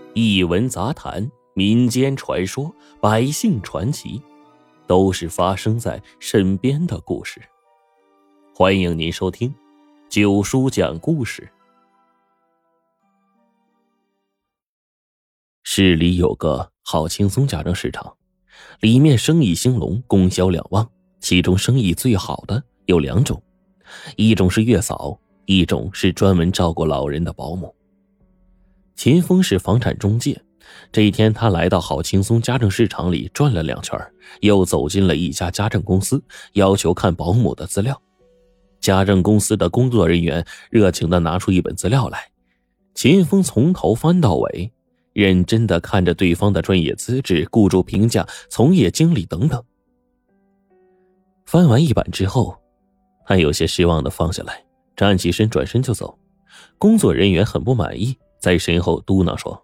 异闻杂谈、民间传说、百姓传奇，都是发生在身边的故事。欢迎您收听九叔讲故事。市里有个好轻松家政市场，里面生意兴隆，供销两旺。其中生意最好的有两种，一种是月嫂，一种是专门照顾老人的保姆。秦风是房产中介，这一天他来到好轻松家政市场里转了两圈，又走进了一家家政公司，要求看保姆的资料。家政公司的工作人员热情地拿出一本资料来，秦风从头翻到尾，认真地看着对方的专业资质、雇主评价、从业经历等等。翻完一版之后，他有些失望地放下来，站起身转身就走。工作人员很不满意，在身后嘟囔说：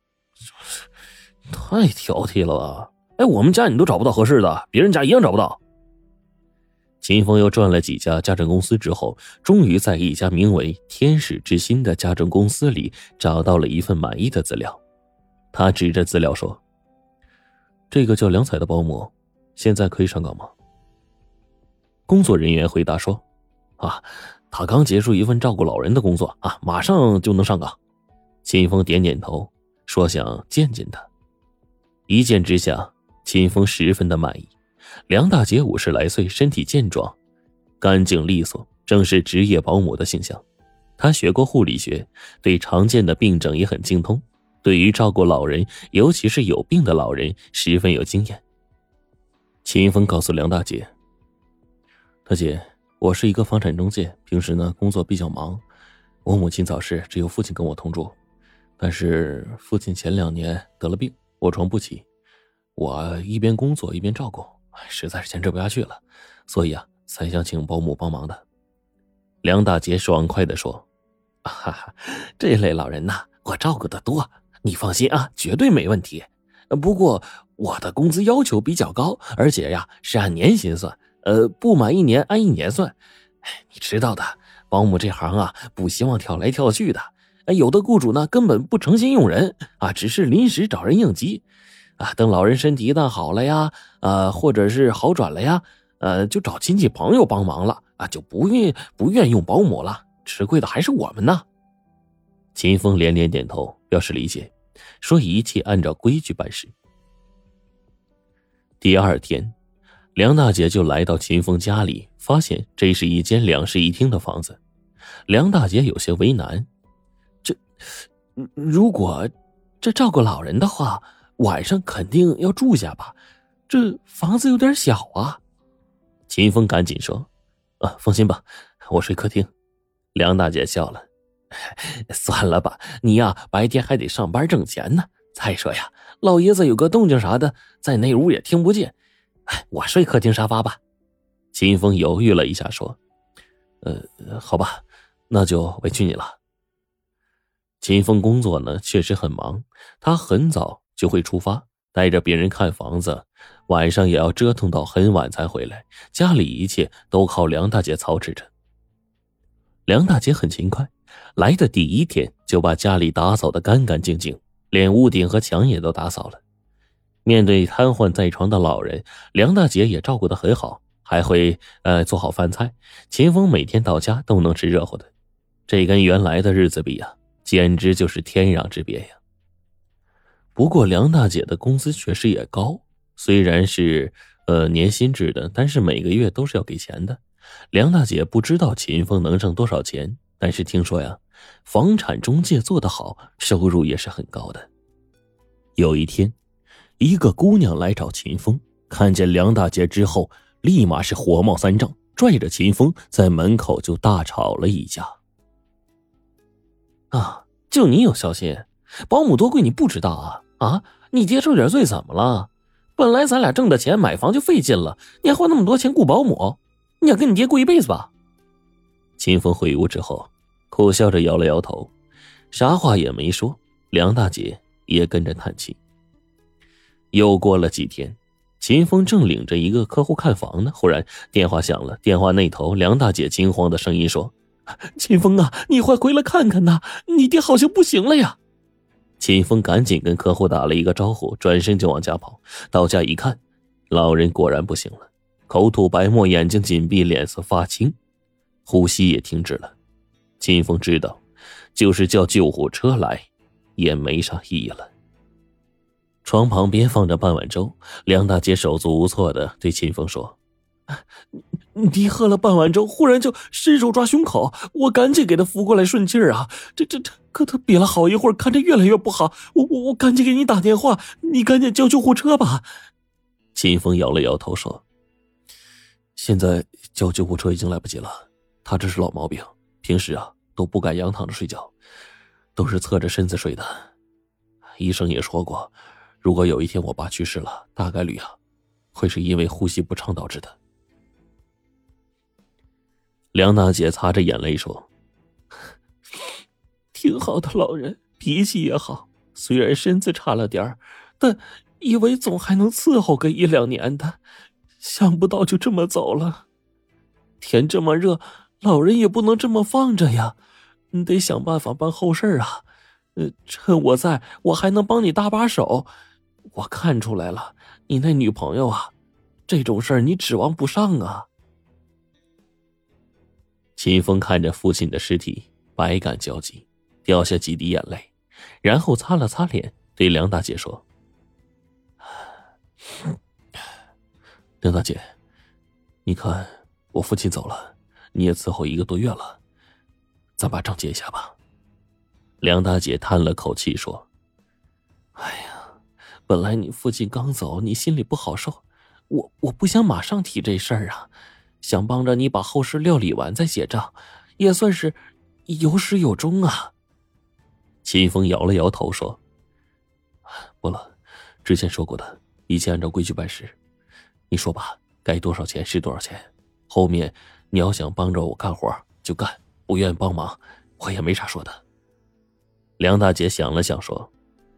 太挑剔了吧，我们家你都找不到合适的，别人家一样找不到。秦风又转了几家家政公司之后，终于在一家名为天使之心的家政公司里找到了一份满意的资料。他指着资料说：这个叫梁彩的保姆现在可以上岗吗？工作人员回答说：他刚结束一份照顾老人的工作马上就能上岗。秦风点点头，说想见见他。一见之下，秦风十分的满意。梁大姐50来岁，身体健壮，干净利索，正是职业保姆的形象。她学过护理学，对常见的病症也很精通，对于照顾老人，尤其是有病的老人，十分有经验。秦风告诉梁大姐：大姐，我是一个房产中介，平时呢工作比较忙，我母亲早逝，只有父亲跟我同住。但是父亲前2年得了病，卧床不起，我一边工作一边照顾，实在是坚持不下去了，所以才想请保姆帮忙的。梁大姐爽快地说：这类老人我照顾得多，你放心绝对没问题。不过我的工资要求比较高，而且是按年薪算，不满1年按1年算。你知道的，保姆这行不希望跳来跳去的，有的雇主呢根本不诚心用人只是临时找人应急等老人身体一旦好了呀或者是好转了呀就找亲戚朋友帮忙了就不愿用保姆了，吃亏的还是我们呢。秦风连连点头表示理解，说一切按照规矩办事。第二天，梁大姐就来到秦风家里，发现这是一间2室1厅的房子。梁大姐有些为难，如果这照顾老人的话，晚上肯定要住下吧，这房子有点小啊。秦风赶紧说：放心吧，我睡客厅。梁大姐笑了：算了吧，你白天还得上班挣钱呢，再说老爷子有个动静啥的，在那屋也听不见，我睡客厅沙发吧。秦风犹豫了一下说：好吧，那就委屈你了。秦风工作呢确实很忙，他很早就会出发，带着别人看房子，晚上也要折腾到很晚才回来，家里一切都靠梁大姐操持着。梁大姐很勤快，来的第1天就把家里打扫得干干净净，连屋顶和墙也都打扫了。面对瘫痪在床的老人，梁大姐也照顾得很好，还会做好饭菜，秦风每天到家都能吃热乎的。这跟原来的日子比简直就是天壤之别呀。不过梁大姐的工资确实也高，虽然是年薪制的，但是每个月都是要给钱的。梁大姐不知道秦风能挣多少钱，但是听说房产中介做得好，收入也是很高的。有一天，一个姑娘来找秦风，看见梁大姐之后，立马是火冒三丈，拽着秦风在门口就大吵了一架。就你有孝心，保姆多贵你不知道你爹受点罪怎么了？本来咱俩挣的钱买房就费劲了，你还花那么多钱雇保姆，你想跟你爹过一辈子吧？秦风回屋之后苦笑着摇了摇头，啥话也没说。梁大姐也跟着叹气。又过了几天，秦风正领着一个客户看房呢，忽然电话响了。电话那头，梁大姐惊慌的声音说：秦风你快回来看看呐，你爹好像不行了呀。 秦风赶紧跟客户打了一个招呼，转身就往家跑。到家一看，老人果然不行了，口吐白沫，眼睛紧闭，脸色发青，呼吸也停止了。秦风知道，就是叫救护车来也没啥意义了。床旁边放着半碗粥，梁大姐手足无措的对秦风说：“你喝了半碗粥，忽然就伸手抓胸口，我赶紧给他扶过来顺气儿啊！这可他憋了好一会儿，看着越来越不好，我赶紧给你打电话，你赶紧叫救护车吧。”秦风摇了摇头说：“现在叫救护车已经来不及了，他这是老毛病，平时啊都不敢仰躺着睡觉，都是侧着身子睡的。医生也说过，如果有一天我爸去世了，大概率啊会是因为呼吸不畅导致的。”梁大姐擦着眼泪说：“挺好的老人，脾气也好，虽然身子差了点儿，但以为总还能伺候个1-2年的，想不到就这么走了。天这么热，老人也不能这么放着呀，你得想办法办后事啊。趁我在，我还能帮你搭把手。我看出来了，你那女朋友啊，这种事儿你指望不上啊。”秦风看着父亲的尸体，百感交集，掉下几滴眼泪，然后擦了擦脸，对梁大姐说：“梁大姐，你看我父亲走了，你也伺候1个多月了，咱把账结一下吧。”梁大姐叹了口气说：“哎呀，本来你父亲刚走，你心里不好受，我不想马上提这事儿啊，想帮着你把后事料理完再结账，也算是有始有终啊。”秦风摇了摇头说：“不了，之前说过的，一切按照规矩办事。你说吧，该多少钱是多少钱，后面你要想帮着我干活就干，不愿意帮忙我也没啥说的。”梁大姐想了想说：“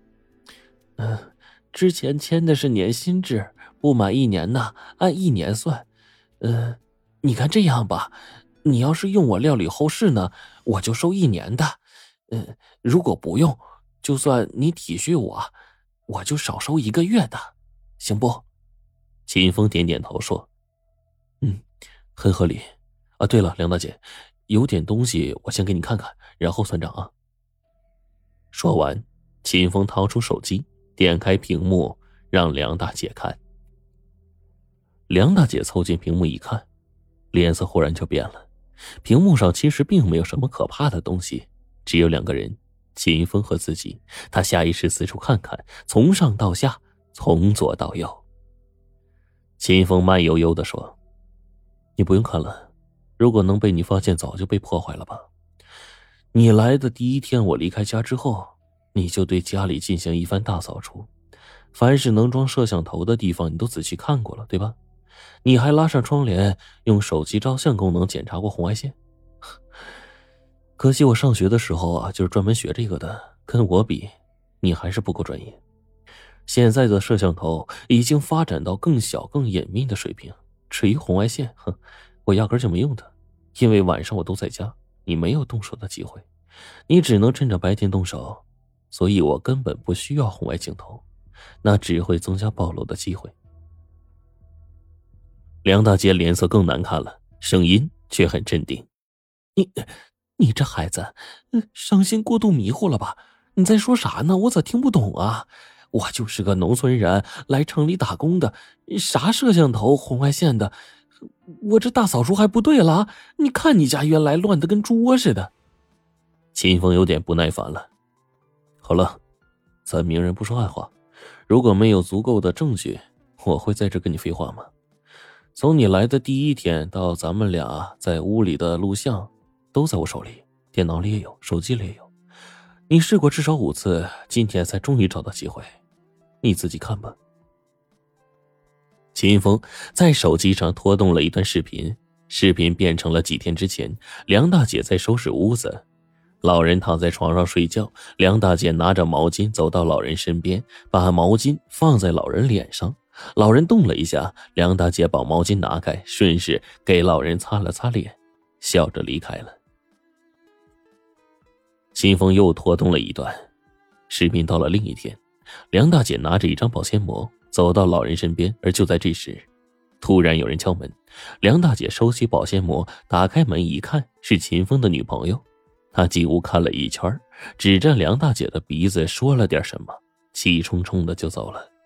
之前签的是年薪制，不满1年呢，按1年算。你看这样吧，你要是用我料理后事呢，我就收1年的。如果不用，就算你体恤我，我就少收1个月的，行不？”秦风点点头说：“很合理。啊，对了，梁大姐，有点东西我先给你看看，然后算账啊。”说完，秦风掏出手机，点开屏幕让梁大姐看。梁大姐凑近屏幕一看，脸色忽然就变了。屏幕上其实并没有什么可怕的东西，只有2个人，秦风和自己。他下意识四处看看，从上到下，从左到右。秦风慢悠悠地说：“你不用看了，如果能被你发现，早就被破坏了吧。你来的第1天，我离开家之后，你就对家里进行一番大扫除，凡是能装摄像头的地方你都仔细看过了，对吧？你还拉上窗帘，用手机照相功能检查过红外线。可惜我上学的时候啊，就是专门学这个的，跟我比，你还是不够专业。现在的摄像头已经发展到更小更隐秘的水平，至于红外线，我压根就没用它，因为晚上我都在家，你没有动手的机会，你只能趁着白天动手，所以我根本不需要红外镜头，那只会增加暴露的机会。”梁大姐脸色更难看了，声音却很镇定：“你这孩子，伤心过度迷糊了吧？你在说啥呢？我咋听不懂啊？我就是个农村人，来城里打工的，啥摄像头、红外线的，我这大扫除还不对了？你看你家原来乱得跟猪窝似的。”秦风有点不耐烦了：“好了，咱明人不说暗话，如果没有足够的证据，我会在这跟你废话吗？从你来的第1天到咱们俩在屋里的录像都在我手里，电脑里也有，手机里也有，你试过至少5次，今天才终于找到机会，你自己看吧。”秦风在手机上拖动了一段视频，视频变成了几天之前梁大姐在收拾屋子，老人躺在床上睡觉，梁大姐拿着毛巾走到老人身边，把毛巾放在老人脸上，老人动了一下，梁大姐把毛巾拿开，顺势给老人擦了擦脸，笑着离开了。秦风又拖动了一段， 视频到了另一天，梁大姐拿着一张保鲜膜走到老人身边，而就在这时，突然有人敲门。梁大姐收起保鲜膜，打开门一看，是秦风的女朋友。她进屋看了一圈，指着梁大姐的鼻子说了点什么，气冲冲的就走了。